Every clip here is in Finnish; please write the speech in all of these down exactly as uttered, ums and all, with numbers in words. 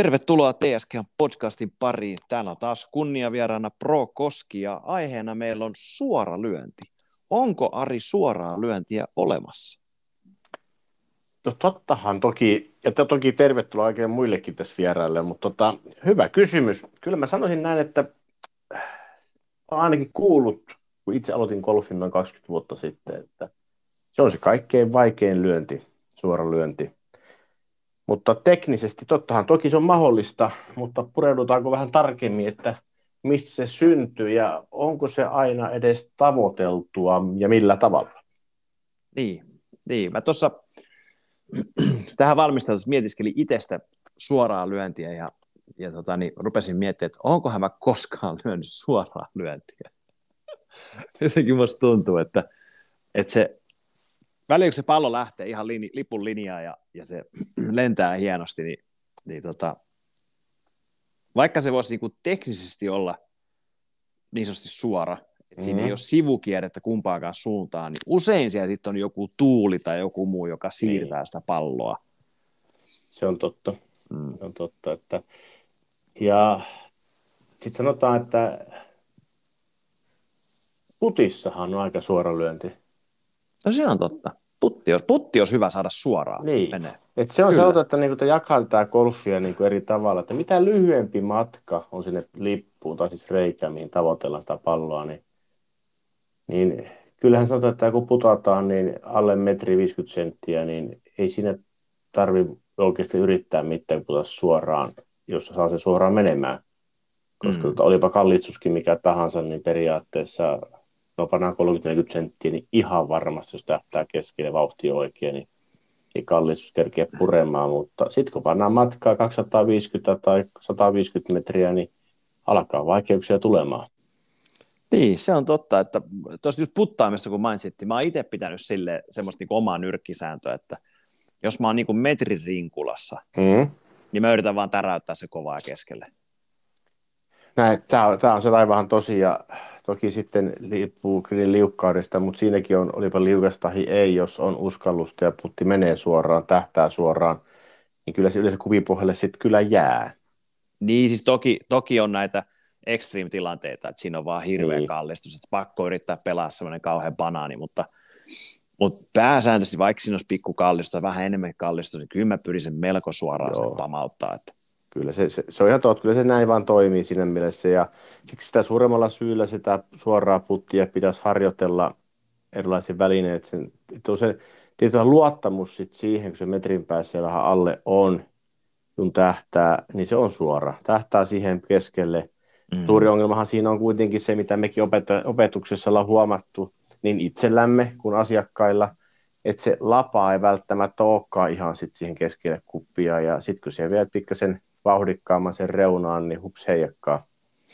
Tervetuloa T S G-podcastin pariin. Täällä on taas kunniavieraana Pro Koski ja aiheena meillä on suora lyönti. Onko, Ari, suoraa lyöntiä olemassa? No tottahan toki, ja toki tervetuloa oikein muillekin tässä vieraille, mutta tota, hyvä kysymys. Kyllä mä sanoisin näin, että olen ainakin kuullut, kun itse aloitin golfin noin kaksikymmentä vuotta sitten, että se on se kaikkein vaikein lyönti, suora lyönti. Mutta teknisesti, tottahan toki se on mahdollista, mutta pureudutaanko vähän tarkemmin, että mistä se syntyy ja onko se aina edes tavoiteltua ja millä tavalla? Niin, niin. Mä tuossa tähän valmistelussa mietiskelin itsestä suoraa lyöntiä ja, ja tota, niin rupesin miettimään, että onkohan mä koskaan lyönyt suoraa lyöntiä. Jotenkin musta tuntuu, että, että se väliin, kun se pallo lähtee ihan lini, lipun linjaan ja, ja se lentää hienosti, niin, niin tota, vaikka se voisi niinku teknisesti olla niin sanotusti suora, että mm-hmm. siinä ei ole sivukierrettä kumpaakaan suuntaan, niin usein siellä sitten on joku tuuli tai joku muu, joka siirtää niin sitä palloa. Se on totta. Mm. Se on totta. Että... Ja sitten sanotaan, että putissahan on aika suora lyönti. No se on totta. Putti olisi, putti olisi hyvä saada suoraan. Niin. Et se on sanotaan, että niinku jakaa tämä golfia niinku eri tavalla, että mitä lyhyempi matka on sinne lippuun tai siis reikään, mihin tavoitellaan sitä palloa, niin, niin kyllähän sanotaan, että kun putotaan niin alle metri viisikymmentä senttiä, niin ei siinä tarvitse oikeasti yrittää mitään putoa suoraan, jos saa sen suoraan menemään. Koska mm. tota, olipa kallistuskin mikä tahansa, niin periaatteessa no pannaan kolmekymmentä neljäkymmentä senttiä, niin ihan varmasti, jos tähtää keskelle vauhti oikein, niin ei kallistus kerkeä puremaan, mutta sitten kun pannaan matkaa kaksisataaviisikymmentä tai sata viisikymmentä metriä, niin alkaa vaikeuksia tulemaan. Niin, se on totta, että tuosta just puttaamista kun mainitsin, mä oon itse pitänyt sille semmoista niinku omaa nyrkkisääntöä, että jos mä oon niinku metrin rinkulassa, mm. niin mä yritän vaan täräyttää se kovaa keskelle. Näin, tää on, tää on se laivahan tosi, ja toki sitten liippuu kyllä liukkaudesta, mutta siinäkin on, olipa liukas tai ei, jos on uskallusta ja putti menee suoraan, tähtää suoraan, niin kyllä se yleensä kuvipohjalle sitten kyllä jää. Niin, siis toki, toki on näitä extreme-tilanteita, että siinä on vaan hirveä niin kallistus, että pakko yrittää pelaa semmoinen kauhean banaani, mutta, mutta pääsääntöisesti, vaikka siinä olisi pikku kallistusta, vähän enemmän kallistusta, niin kyllä mä pyrin sen melko suoraan sen pamauttaa, että Kyllä se, se, se on ihan totta, kyllä se näin vaan toimii siinä mielessä, ja siksi sitä suuremmalla syyllä sitä suoraa puttia pitäisi harjoitella erilaisia välineitä. Sen, että on se tietynlainen luottamus sit siihen, kun se metrin päässä vähän alle on, kun tähtää, niin se on suora. Tähtää siihen keskelle. Mm. Suuri ongelmahan siinä on kuitenkin se, mitä mekin opet- opetuksessa ollaan huomattu, niin itsellämme kuin asiakkailla, että se lapa ei välttämättä olekaan ihan sit siihen keskelle kuppia, ja sitten kun siellä vielä pikkasen vauhdikkaamman sen reunaan, niin hups heijakkaa.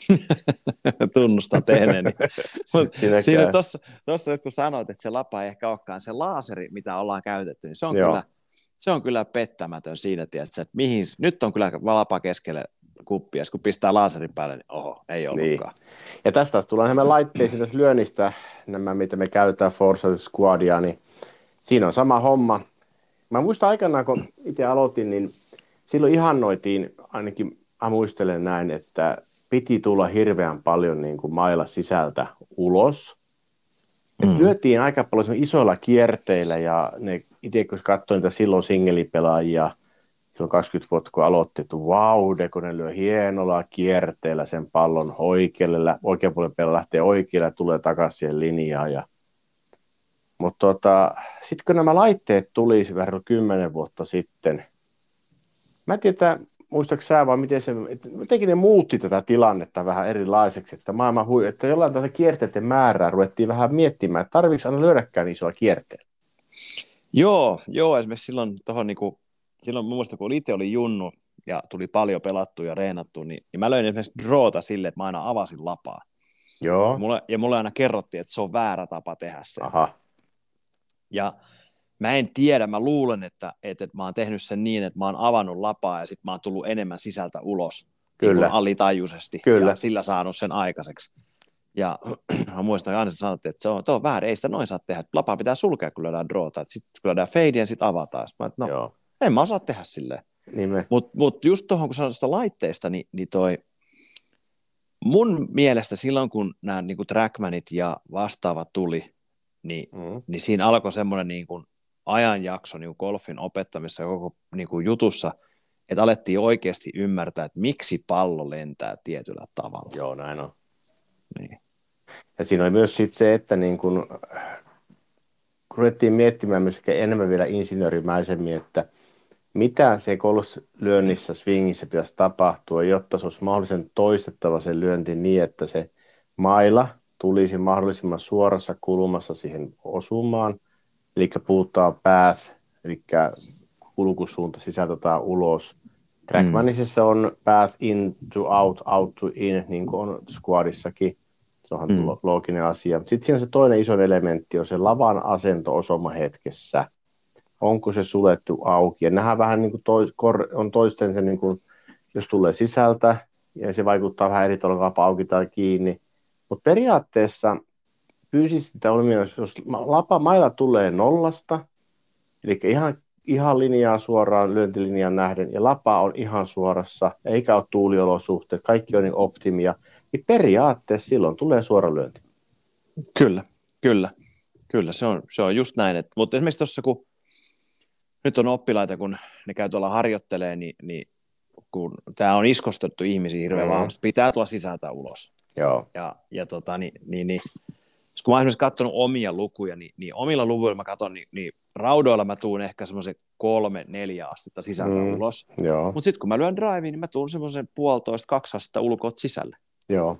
Tunnustan tehneeni. Siinä tuossa kun sanoit, että se lapa ei ehkä olekaan se laaseri, mitä ollaan käytetty, niin se on, kyllä, se on kyllä pettämätön siinä, tiedätkö, että mihin, nyt on kyllä lapa keskelle kuppia, kun pistää laaserin päälle, niin oho, ei ollutkaan. Niin. Ja tästä taas tullaan nämä laitteisiin tässä lyönnistä, nämä mitä me käytetään Forza Squadia, niin siinä on sama homma. Mä muistan aikanaan, kun itse aloitin, niin silloin ihannoitiin, ainakin mä muistelen näin, että piti tulla hirveän paljon niin kuin mailla sisältä ulos. Mm. Lyötiin aika paljon isoilla kierteillä, ja ne itse kun katsoin niitä silloin singelipelaajia, silloin kaksikymmentä vuotta kun aloitti, että vau, kun ne lyö hienolla kierteellä sen pallon oikealle, oikean puolen pelaa lähtee oikealle ja tulee takaisin siihen linjaan. Ja... Mutta tota, sitten kun nämä laitteet tuli verran kymmenen vuotta sitten, mä en tiedä, muistatko sä vaan, miten se, jotenkin ne muutti tätä tilannetta vähän erilaiseksi, että maailman hui, että jollain tätä kierteiden määrää ruvettiin vähän miettimään, että tarviiko aina lyödäkään niin isolla kierteellä? Joo, joo, esimerkiksi silloin tuohon, niin kuin, silloin mun mielestä kun itse oli junnu ja tuli paljon pelattu ja reenattu, niin, niin mä löin esimerkiksi droota silleen, että mä aina avasin lapaa. Joo. Ja mulle, ja mulle aina kerrottiin, että se on väärä tapa tehdä se. Aha. Ja mä en tiedä, mä luulen, että, että, että mä oon tehnyt sen niin, että mä oon avannut lapaa ja sitten mä oon tullut enemmän sisältä ulos. Kyllä. Niin alitajuisesti. Kyllä. Ja sillä saanut sen aikaiseksi. Ja mä muistan, että aina sanottiin, että se on, on väärin, ei sitä noin saa tehdä. Lapaa pitää sulkea, kun löydään droota. Sitten kun löydään feidiä, sitten avataan. Mä, no, en mä osaa tehdä silleen. Niin me... Mutta mut just tuohon, kun sanoit sitä laitteista, niin, niin toi, mun mielestä silloin, kun nämä niin Trackmanit ja vastaavat tuli, niin, mm. niin siinä alkoi semmoinen niin kuin ajanjakso niin kuin golfin opettamisessa koko niin kuin jutussa, että alettiin oikeasti ymmärtää, että miksi pallo lentää tietyllä tavalla. Joo, näin on. Niin. Ja siinä oli myös sit se, että niin kun, kun ruvettiin miettimään myös enemmän vielä insinöörimäisemmin, että mitä se golflyönnissä, swingissä pitäisi tapahtua, jotta se olisi mahdollisen toistettava se lyönti niin, että se maila tulisi mahdollisimman suorassa kulmassa siihen osumaan, eli puhutaan path, eli kulkusuunta sisältetään ulos. Trackmanisessa on path in to out, out to in, niin kuin on squadissakin. Se onhan mm. looginen asia. Sitten siinä on se toinen iso elementti, on se lavan asento osuma hetkessä. Onko se suljettu auki? Ja nähdään vähän niin kuin tois, kor, on toistensa, niin kuin, jos tulee sisältä, ja se vaikuttaa vähän eri tavalla, lapa auki tai kiinni. Mutta periaatteessa fyysisesti sitä on myös, jos lapa maila tulee nollasta, eli ihan, ihan linjaa suoraan lyöntilinjaan nähden, ja lapa on ihan suorassa, eikä ole tuuliolosuhteet, kaikki on niin optimia, niin periaatteessa silloin tulee suora lyönti. Kyllä, kyllä, kyllä, se on, se on just näin. Että, mutta esimerkiksi tuossa, kun nyt on oppilaita, kun ne käy tuolla harjoittelee, niin, niin kun tämä on iskostettu ihmisiä hirveän mm. vahvasti, pitää tulla sisältä ulos. Joo. Ja, ja tota, niin, niin, niin, kun mä oon esimerkiksi katsonut omia lukuja, niin, niin omilla luvuilla mä katson, niin, niin raudoilla mä tuun ehkä semmoisen kolme, neljä astetta sisältä mm. ulos. Mutta sitten kun mä lyön driveen, niin mä tuun semmoisen puolitoista, kaksi astetta ulkoot sisälle. Joo.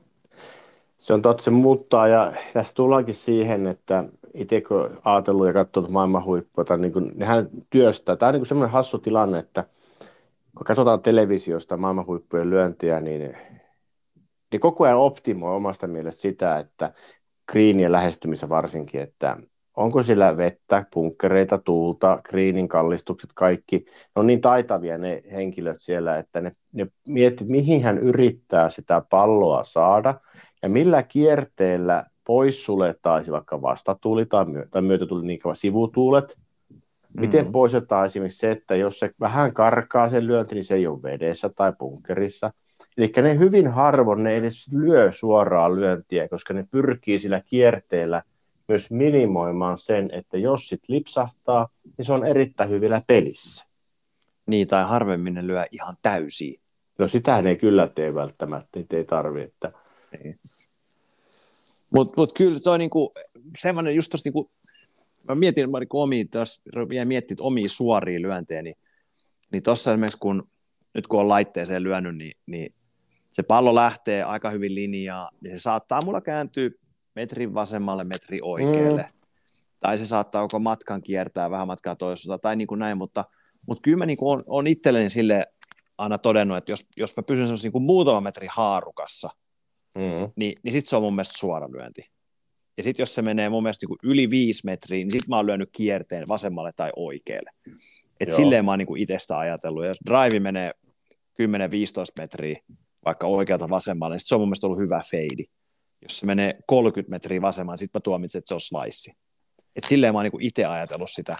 Se on totta, se muuttaa, ja tässä tullaankin siihen, että itse kun ajatellut ja katsonut maailman huippua, tai niin kuin, nehän työstää. Tämä on niin kuin semmoinen hassu tilanne, että kun katsotaan televisiosta maailman huippujen lyöntiä, niin, niin koko ajan optimoi omasta mielestä sitä, että greenien lähestymissä varsinkin, että onko sillä vettä, punkkereita, tuulta, greenin kallistukset, kaikki. Ne on niin taitavia ne henkilöt siellä, että ne, ne miettii, mihin hän yrittää sitä palloa saada, ja millä kierteellä poissuletaisi vaikka vastatuuli tai, myö- tai myötätuuli, niin kuin sivutuulet. Miten mm. poistetaan esimerkiksi se, että jos se vähän karkaa sen lyönti, niin se ei ole vedessä tai punkkerissa. Eli ne hyvin harvoin ne edes lyö suoraan lyöntiä, koska ne pyrkii sillä kierteellä myös minimoimaan sen, että jos sit lipsahtaa, niin se on erittäin hyvillä pelissä. Niin, tai harvemmin ne lyö ihan täysiä. No sitähän ei kyllä tee välttämättä, niitä ei tarvitse. Että... Mutta mut kyllä toi niinku, semmoinen just tossa niinku, mä mietin mä niinku omia, jos jäin miettimään omia suoria lyöntejä, niin, niin tuossa esimerkiksi kun, nyt kun on laitteeseen lyönyt, niin, niin se pallo lähtee aika hyvin linjaa, niin se saattaa mulla kääntyä metrin vasemmalle, metri oikealle, mm. tai se saattaa koko matkan kiertää vähän matkaa toisesta, tai niin kuin näin, mutta, mutta kyllä mä niin kuin on, on itselleni sille aina todennut, että jos, jos mä pysyn semmoisen niin kuin muutama metri haarukassa, mm. niin, niin sitten se on mun mielestä suora lyönti. Ja sitten jos se menee mun mielestä niin kuin yli viisi metriä, niin sitten mä oon lyönyt kierteen vasemmalle tai oikealle. Että silleen mä oon niin kuin itsestä ajatellut, ja jos drive menee kymmenen viisitoista metriä, vaikka oikealta vasemmalle, niin sit se on mun mielestä ollut hyvä feidi. Jos se menee kolmekymmentä metriä vasemmalle, niin sitten mä tuomitsen, että se on slice. Et silleen mä oon niinku itse ajatellut sitä.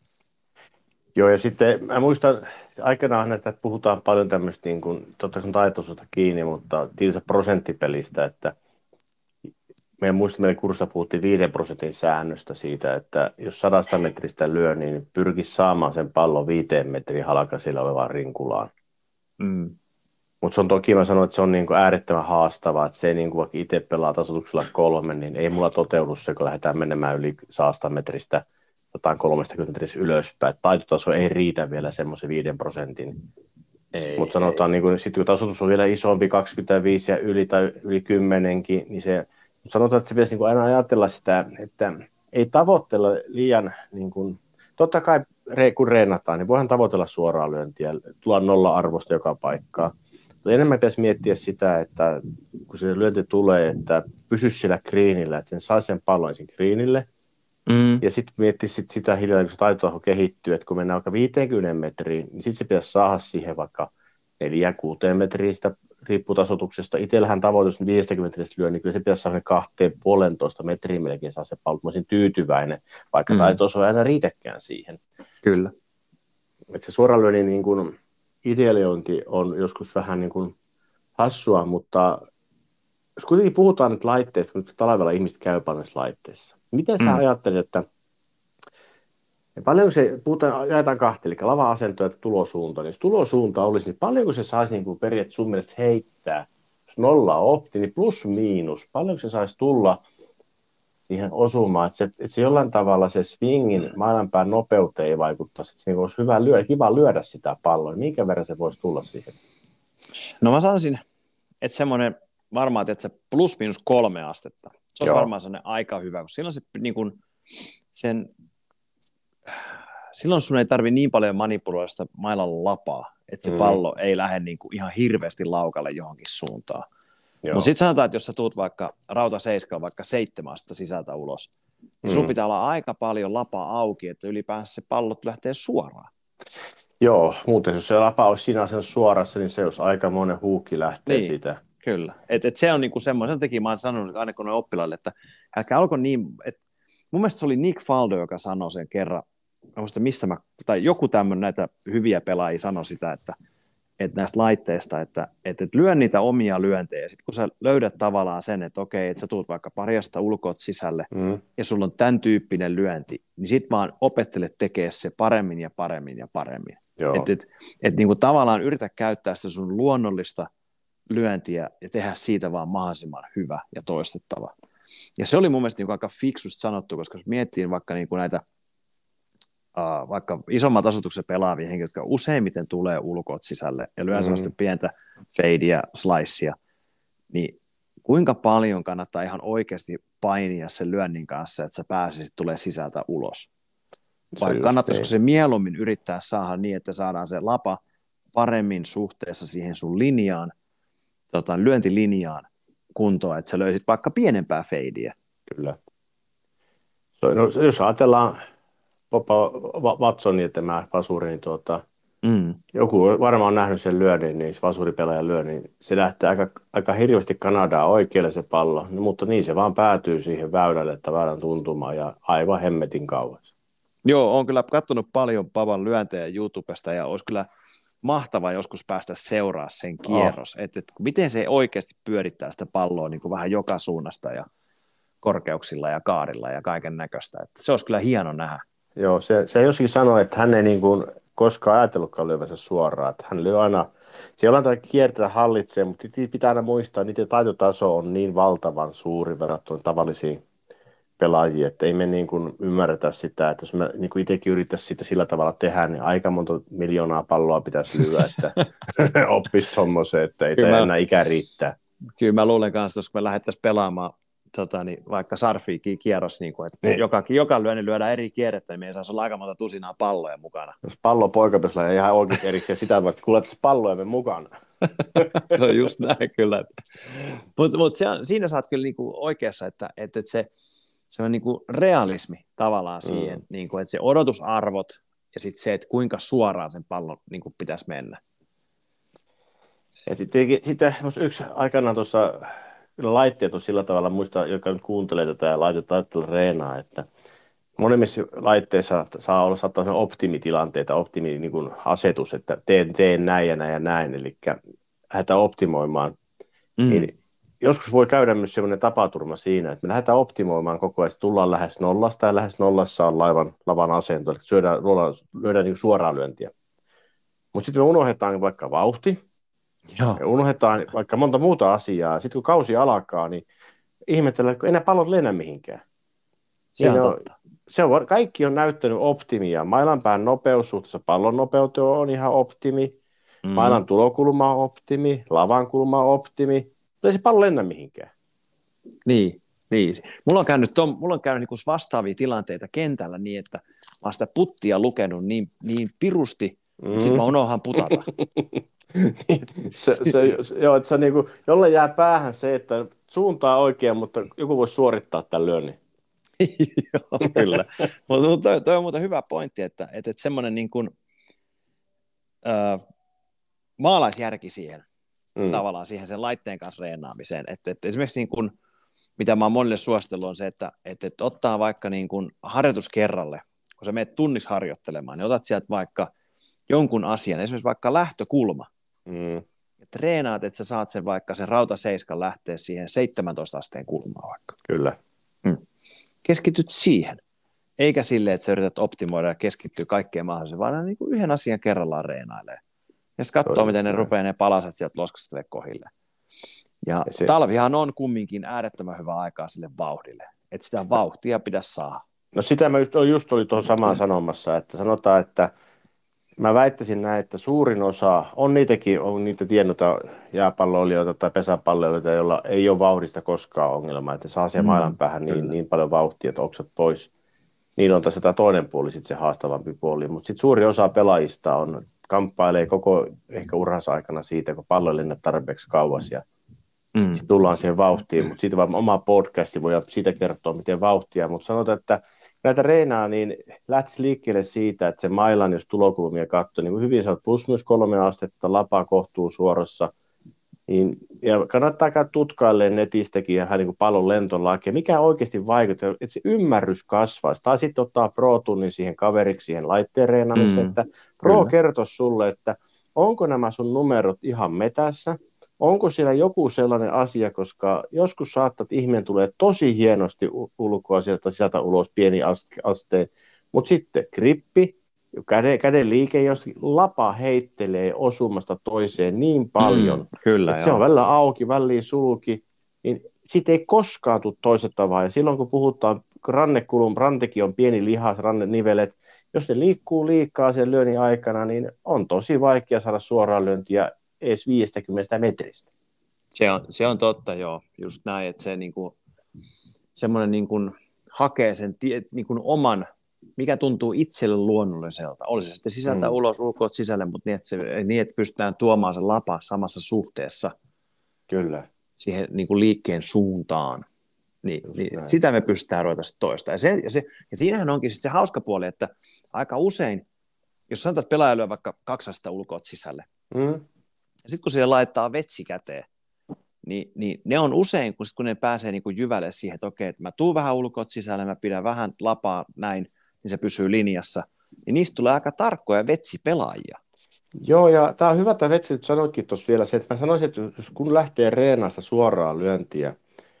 Joo, ja sitten mä muistan aikanaan, että puhutaan paljon tämmöistä, niin kuin, totta kai taitoisuutta kiinni, mutta tietysti prosenttipelistä, että meidän muista meidän kurssissa puhuttiin viiden prosentin säännöstä siitä, että jos sadasta metristä lyö, niin pyrkisi saamaan sen pallon viiteen metrin halkaisilla olevaan rinkulaan. Mm. Mutta se on toki, mä sanoin, että se on niinku äärettömän haastavaa, että se ei niinku vaikka itse pelaa tasoituksella kolme, niin ei mulla toteudu se, kun lähdetään menemään yli saasta metristä jotain kolmekymmentä metristä ylöspäin. Taitotaso ei riitä vielä semmoisen viiden prosentin. Mutta sanotaan, niin sitten kun tasoitus on vielä isompi, kaksikymmentäviisi ja yli tai yli kymmenenkin, niin se, sanotaan, että se pitäisi niinku aina ajatella sitä, että ei tavoittella liian, niin kuin, totta kai kun reenataan, niin voidaan tavoitella suoraan lyöntiä, tulla nolla-arvosta joka paikkaan. Enemmän pitäisi miettiä sitä, että kun se lyönti tulee, että pysyisi sillä greenillä, että sen saisi sen pallon ensin greenille. Mm. Ja sitten miettiä sit sitä hiljaa, kun se taitotaho kehittyy, että kun mennään vaikka viisikymmentä metriin, niin sitten se pitäisi saada siihen vaikka neljä kuusi metriä sitä riipputasoituksesta. Itsellähän tavoitus viisikymmentä metristä lyö, niin kyllä se pitäisi saada kahteen puolentoista metriä melkein saa se pallon. Mä olisin tyytyväinen, vaikka mm. taitotaso ei aina riitäkään siihen. Kyllä. Että se suoralyönnin niin kuin idealiointi on joskus vähän niin kuin hassua, mutta jos kuitenkin puhutaan nyt laitteista, kun nyt talvella ihmiset käy paljon laitteissa. Miten sä Mm. ajattelet, että paljonko se, puhutaan, jaetaan kahtia, eli lava-asento ja tulosuunta, niin jos tulosuunta olisi, niin paljonko se saisi niin kuin periaatteessa sun mielestä heittää, jos nolla on opti, niin plus miinus, paljonko se saisi tulla siihen osumaan, että se, että se jollain tavalla se swingin maailmanpään nopeuteen ei vaikuttaisi, että se olisi hyvä lyödä, kiva lyödä sitä palloa, minkä verran se voisi tulla siihen? No mä sanoisin, että semmoinen varmaan, että se plus miinus kolme astetta, se on Joo. varmaan semmoinen aika hyvä, koska silloin se niin kuin sen, silloin sun ei tarvi niin paljon manipuloida sitä mailan lapaa, että se Mm. pallo ei lähde niin kuin ihan hirveästi laukalle johonkin suuntaan. Joo. Mutta sitten sanotaan, että jos sä tuut vaikka rauta seiskaan vaikka seitsemästä sisältä ulos, niin sun Mm. pitää olla aika paljon lapaa auki, että ylipäänsä se pallot lähtee suoraan. Joo, muuten jos se lapa olisi siinä sen suorassa, niin se olisi aika monen huukki lähtee Niin. siitä. Kyllä. Et, et se on niinku semmoinen, sen takia mä oon sanonut aina kun ne oppilaille, että älkää alko niin, et, mun mielestä se oli Nick Faldo, joka sanoi sen kerran, mä muista, mistä mä, tai joku tämmöinen näitä hyviä pelaajia sanoi sitä, että, että näistä laitteista, että, että, että lyö niitä omia lyöntejä, sitten kun sä löydät tavallaan sen, että okei, että sä tuut vaikka parjasta ulkoot sisälle, Mm. ja sulla on tämän tyyppinen lyönti, niin sit vaan opettele tekee se paremmin ja paremmin ja paremmin. Että et, et, niinku tavallaan yritä käyttää sitä sun luonnollista lyöntiä ja tehdä siitä vaan mahdollisimman hyvä ja toistettava. Ja se oli mun mielestä niinku aika fiksusti sanottu, koska jos miettii vaikka niinku näitä uh, vaikka isommat asutukset pelaavia henkilöitä, jotka useimmiten tulee ulkoot sisälle ja lyö mm. sellaista pientä fadea, slicea, niin kuinka paljon kannattaa ihan oikeasti painia sen lyönnin kanssa, että sä pääsisit tulee sisältä ulos. Vai kannattaisiko se mieluummin yrittää saada niin, että saadaan se lapa paremmin suhteessa siihen sun linjaan, tota, lyöntilinjaan kuntoon, että sä löysit vaikka pienempää feidiä. Kyllä. No, jos ajatellaan Popa Watsonia, tämä vasuri, niin tuota, mm. joku varmaan on nähnyt sen lyönnin, niin se vasuripelaaja lyö, niin se lähtee aika, aika hirveästi Kanadaan oikealle se pallo, no, mutta niin se vaan päätyy siihen väylälle, että väylän tuntumaan ja aivan hemmetin kauas. Joo, olen kyllä katsonut paljon Pavan lyöntejä YouTubesta ja olisi kyllä mahtavaa joskus päästä seuraa sen kierros, oh. että et, miten se oikeasti pyörittää sitä palloa niin kuin vähän joka suunnasta ja korkeuksilla ja kaarilla ja kaiken näköistä. Että se olisi kyllä hieno nähdä. Joo, se, se joskin sanoi, että hän ei niin kuin koskaan ajatellutkaan lyövänsä suoraan, että hän lyö aina, se jollain tavalla kiertää hallitsee, mutta pitää aina muistaa, että niiden taitotaso on niin valtavan suuri verrattuna tavallisiin pelaajia, että ei me niin kuin ymmärretä sitä, että jos me niin kuin itsekin yrittäisiin sitä sillä tavalla tehdä, niin aika monta miljoonaa palloa pitäisi lyödä, että oppisi tommoseen, että ei tämä enää ikä riittää. Kyllä mä luulen kanssa, että jos me lähdettäisiin pelaamaan tota, niin vaikka sarfiikin kierros, niin kuin, että niin. joka, joka lyönnin lyödään eri kierrettä, niin meidän saisi olla aika monta tusinaa palloja mukana. Jos pallo poikapesillä ei ihan oikein erikseen sitä, vaikka kuljettaisiin palloja mukana. No just näin kyllä. Mutta mut siinä sä oot kyllä niinku oikeassa, että, että se se on niin kuin realismi tavallaan siihen, mm. niin kuin, että se odotusarvot ja sitten se, että kuinka suoraan sen pallon niin kuin pitäisi mennä. Ja sitten, sitten yksi aikanaan tuossa laitteet on sillä tavalla, muista, joka nyt kuuntelee tätä ja laitetaan reenaa, että monemmissa laitteissa saa olla saattaa optimitilanteita, optimi niin kuin asetus, että teen, teen näin ja näin ja näin, eli lähdetään optimoimaan. Mm. Niin joskus voi käydä myös sellainen tapaturma siinä, että me lähdetään optimoimaan koko ajan, että tullaan lähes nollasta ja lähes nollassa on laivan, lavan asento, eli syödään, lyödään niin suoraan lyöntiä. Mutta sitten me unohdetaan vaikka vauhti, Joo. ja unohdetaan vaikka monta muuta asiaa. Sitten kun kausi alkaa, niin ihmetellään, kun enää pallot lennä mihinkään. Se on, on totta. Se on, kaikki on näyttänyt optimia. Mailanpään nopeus suhteessa pallon nopeuteen on ihan optimi. Mm. Mailan tulokulma on optimi, lavan kulma on optimi. Ei se pallo lennä mihinkään. Niin, niin. Mulla on käynyt, ton, mulla on käynyt niinku vastaavia tilanteita kentällä niin, että mä oon sitä puttia lukenut niin, niin pirusti, mm. että sit mä unohan putata. se, se, joo, että se niinku, jolle jää päähän se, että suuntaa oikein, mutta joku voi suorittaa tämän lyönnin. Joo, kyllä. Mutta toi, toi on muuten hyvä pointti, että, että, että semmoinen niin kuin, äh, maalaisjärki siihen, mm. tavallaan siihen sen laitteen kanssa reenaamiseen. Että, että esimerkiksi niin kuin, mitä mä oon monille suositellut on se, että, että, että ottaa vaikka niin kuin harjoitus kerralle, kun sä menet tunnissa harjoittelemaan, niin otat sieltä vaikka jonkun asian, esimerkiksi vaikka lähtökulma, Mm. ja treenaat, että sä saat sen vaikka sen rautaseiskan lähteä siihen seitsemäntoista asteen kulmaan vaikka. Kyllä. Hmm. Keskityt siihen, eikä silleen, että sä yrität optimoida ja keskittyä kaikkeen mahdolliseen, vaan niin kuin yhden asian kerrallaan reenailee. Ja sitten katsoo, miten ne näin. rupeaa ne palaset sieltä loskastelemaan kohille. Ja, ja se... talvihan on kumminkin äärettömän hyvä aikaa sille vauhdille, että sitä vauhtia pitäisi saada. No sitä mä just, just oli tuohon samaan sanomassa, että sanotaan, että mä väittäisin näin, että suurin osa, on niitäkin, on niitä tiennoita jääpalloilijoita tai pesäpalloilijoita, joilla ei ole vauhdista koskaan ongelmaa, että saa siihen mm, mailan päähän niin, niin paljon vauhtia, että oksat pois. Niillä on taas tämä toinen puoli, sitten se haastavampi puoli, mutta sitten suuri osa pelaajista on, kamppailee koko ehkä uransa aikana siitä, kun pallo lennät tarpeeksi kauas ja mm. sitten tullaan siihen vauhtiin, mutta siitä vaan oma podcasti voi siitä kertoa, miten vauhtia, mutta sanotaan, että näitä reenaa, niin lähtisi liikkeelle siitä, että se mailan, jos tulokulmia katsoo, niin hyvin sä oot plus myös kolme astetta, lapa kohtuu suorassa, niin, ja kannattaa käydä tutkailemaan netistäkin ja niin kuin pallon lentolakia, mikä oikeasti vaikuttaa, että se ymmärrys kasvaisi, tai sitten ottaa Pro-tunnin siihen kaveriksi, siihen laitteen reenaamiseen, mm, että Pro kyllä. kertoisi sulle, että onko nämä sun numerot ihan metässä, onko siellä joku sellainen asia, koska joskus saattaa, että ihminen tulee tosi hienosti ulkoa sieltä sisältä ulos pieni asteen, mutta sitten grippi, käden, käden liike, jos lapa heittelee osumasta toiseen niin paljon, mm, kyllä, että se on välillä auki, välillä sulki, niin siitä ei koskaan tule toisettavaa. Ja silloin kun puhutaan, rannekulun, rantekin on pieni lihas, rannenivelet, jos ne liikkuu liikaa sen lyönnin aikana, niin on tosi vaikea saada suoraan lyöntiä edes viisikymmentä metristä. Se on, se on totta, joo. Just näin, että se niinku, semmoinen niinku hakee sen tie, niinku oman, mikä tuntuu itselle luonnolliselta. Olisi se sitten sisältä mm. ulos, ulkoot sisälle, mutta niin että, se, niin, että pystytään tuomaan se lapa samassa suhteessa Kyllä. siihen niinku liikkeen suuntaan. Niin, niin sitä me pystytään ruveta toista. Ja, se, ja, se, ja siinähän onkin sit se hauska puoli, että aika usein, jos sanotaan, että pelaaja lyö vaikka kaksasta ulkoot sisälle, mm. ja sitten kun siihen laittaa vetsi käteen, niin, niin ne on usein, kun, sit, kun ne pääsee niin kuin jyvälle siihen, että okei, että mä tuun vähän ulkoot sisälle, mä pidän vähän lapaa näin, niin se pysyy linjassa, niin niistä tulee aika tarkkoja vetsipelaajia. Joo, ja tämä on hyvä, että vetsi nyt sanoitkin tuossa vielä se, että mä sanoisin, että jos kun lähtee reenasta suoraan lyöntiä,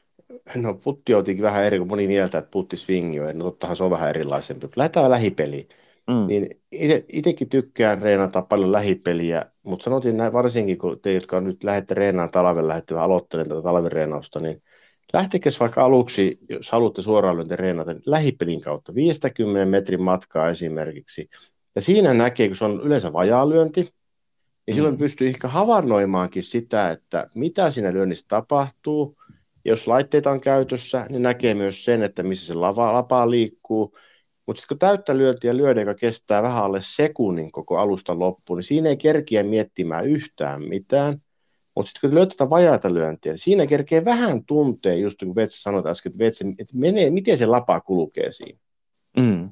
no putti otinkin vähän eri, kuin moni mieltä, että putti swingi on, no tottahan se on vähän erilaisempi, lähdetään lähipeliin. Mm. Niin itsekin tykkään reenata paljon lähipeliä, mutta sanotin näin varsinkin, kun te, jotka nyt lähdette reenaan talven, lähdette aloittelemaan tätä talvireenausta, niin lähtekää vaikka aluksi, jos haluatte suoraan lyönti reenata, niin lähipelin kautta viisikymmentä metrin matkaa esimerkiksi. Ja siinä näkee, kun se on yleensä vajaalyönti, niin mm. silloin pystyy ehkä havainnoimaankin sitä, että mitä siinä lyönnissä tapahtuu. Jos laitteita on käytössä, niin näkee myös sen, että missä se lapa, lapa liikkuu. Mutta sitten kun täyttä lyöntiä lyödä, joka kestää vähän alle sekunnin koko alusta loppuun, niin siinä ei kerkiä miettimään yhtään mitään. Mutta sitten kun lyöt tätä vajaata lyöntiä, niin siinä kerkee vähän tuntee, just niin kuin Vetsi sanoi äsken, että, Vetsi, että menee, miten se lapa kulkee siinä. Mm.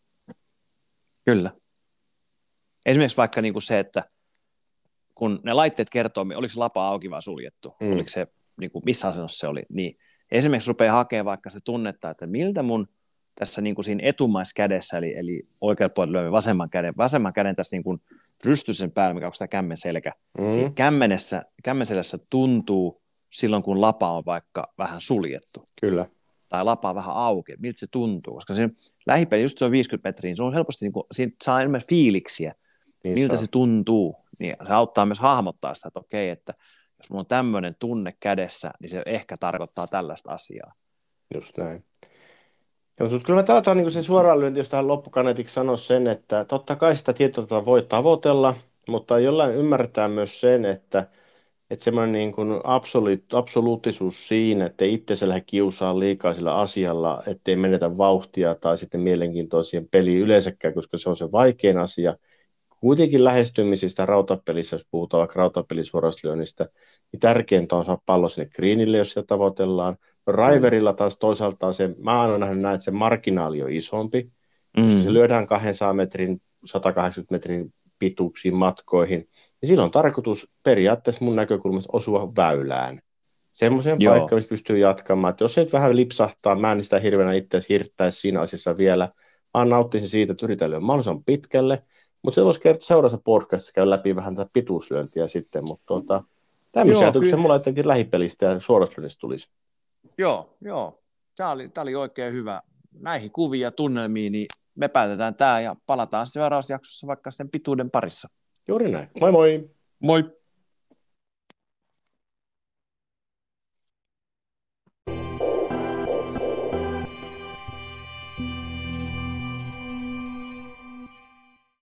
Kyllä. Esimerkiksi vaikka niinku se, että kun ne laitteet kertoo, oliko se lapa auki vai suljettu, mm. oliko se, niinku, missä asennossa se oli, niin esimerkiksi rupeaa hakemaan vaikka se tunnetta, että miltä mun tässä niin kuin siinä etumaiskädessä, eli, eli oikealla puolella lyömme vasemman käden, vasemman käden tässä niin kuin rystysen päällä, mikä on tämä kämmen selkä. Mm. Niin kämmenessä, kämmenselässä tuntuu silloin, kun lapa on vaikka vähän suljettu. Kyllä. Tai lapa on vähän auki, miltä se tuntuu, koska siinä lähipeli, just se on viisikymmentä metriä, niin se on helposti, niin kuin, siinä saa enemmän fiiliksiä, niin miltä saa. Se tuntuu. Niin se auttaa myös hahmottaa sitä, että okei, että jos mulla on tämmöinen tunne kädessä, niin se ehkä tarkoittaa tällaista asiaa. Just näin. Joo, mutta kyllä me taitaan niin se suoraan lyönti, jos tähän loppukaneetiksi sanoa sen, että totta kai sitä tietoa voi tavoitella, mutta jollain ymmärtää myös sen, että, että semmoinen niin kuin absoluut, absoluuttisuus siinä, että itse lähde kiusaa liikaa sillä asialla, ettei menetä vauhtia tai sitten mielenkiintoisia peliä yleensäkään, koska se on se vaikein asia. Kuitenkin lähestymisistä rautapelissä, jos puhutaan vaikka rautapelisuoraslyönnistä, niin tärkeintä on saada pallo sinne greenille, jos sitä tavoitellaan. No Riverilla taas toisaalta se, mä oon nähnyt näin, että se marginaali on isompi, mm. koska se lyödään kaksisataa metrin, sata kahdeksankymmentä metrin pituuksiin matkoihin, ja silloin on tarkoitus periaatteessa mun näkökulmasta osua väylään. Semmoiseen paikkaan, missä pystyy jatkamaan, että jos se vähän lipsahtaa, mä en sitä hirveänä itse hirttäisi siinä asiassa vielä, vaan nauttisin siitä, että yritän lyödä mahdollisimman pitkälle, Mutta se voisi kertoa seuraavassa podcastissa käydä läpi vähän tätä pituuslyöntiä sitten, mutta tuota, tämmöisiä ajatuksia mulla jotenkin lähipelistä ja suoraslyönnistä tulisi. Joo, joo. Tämä oli, tämä oli oikein hyvä. Näihin kuviin ja tunnelmiin, niin me päätetään tämä ja palataan seuraavassa jaksossa vaikka sen pituuden parissa. Juuri näin. Moi moi! Moi!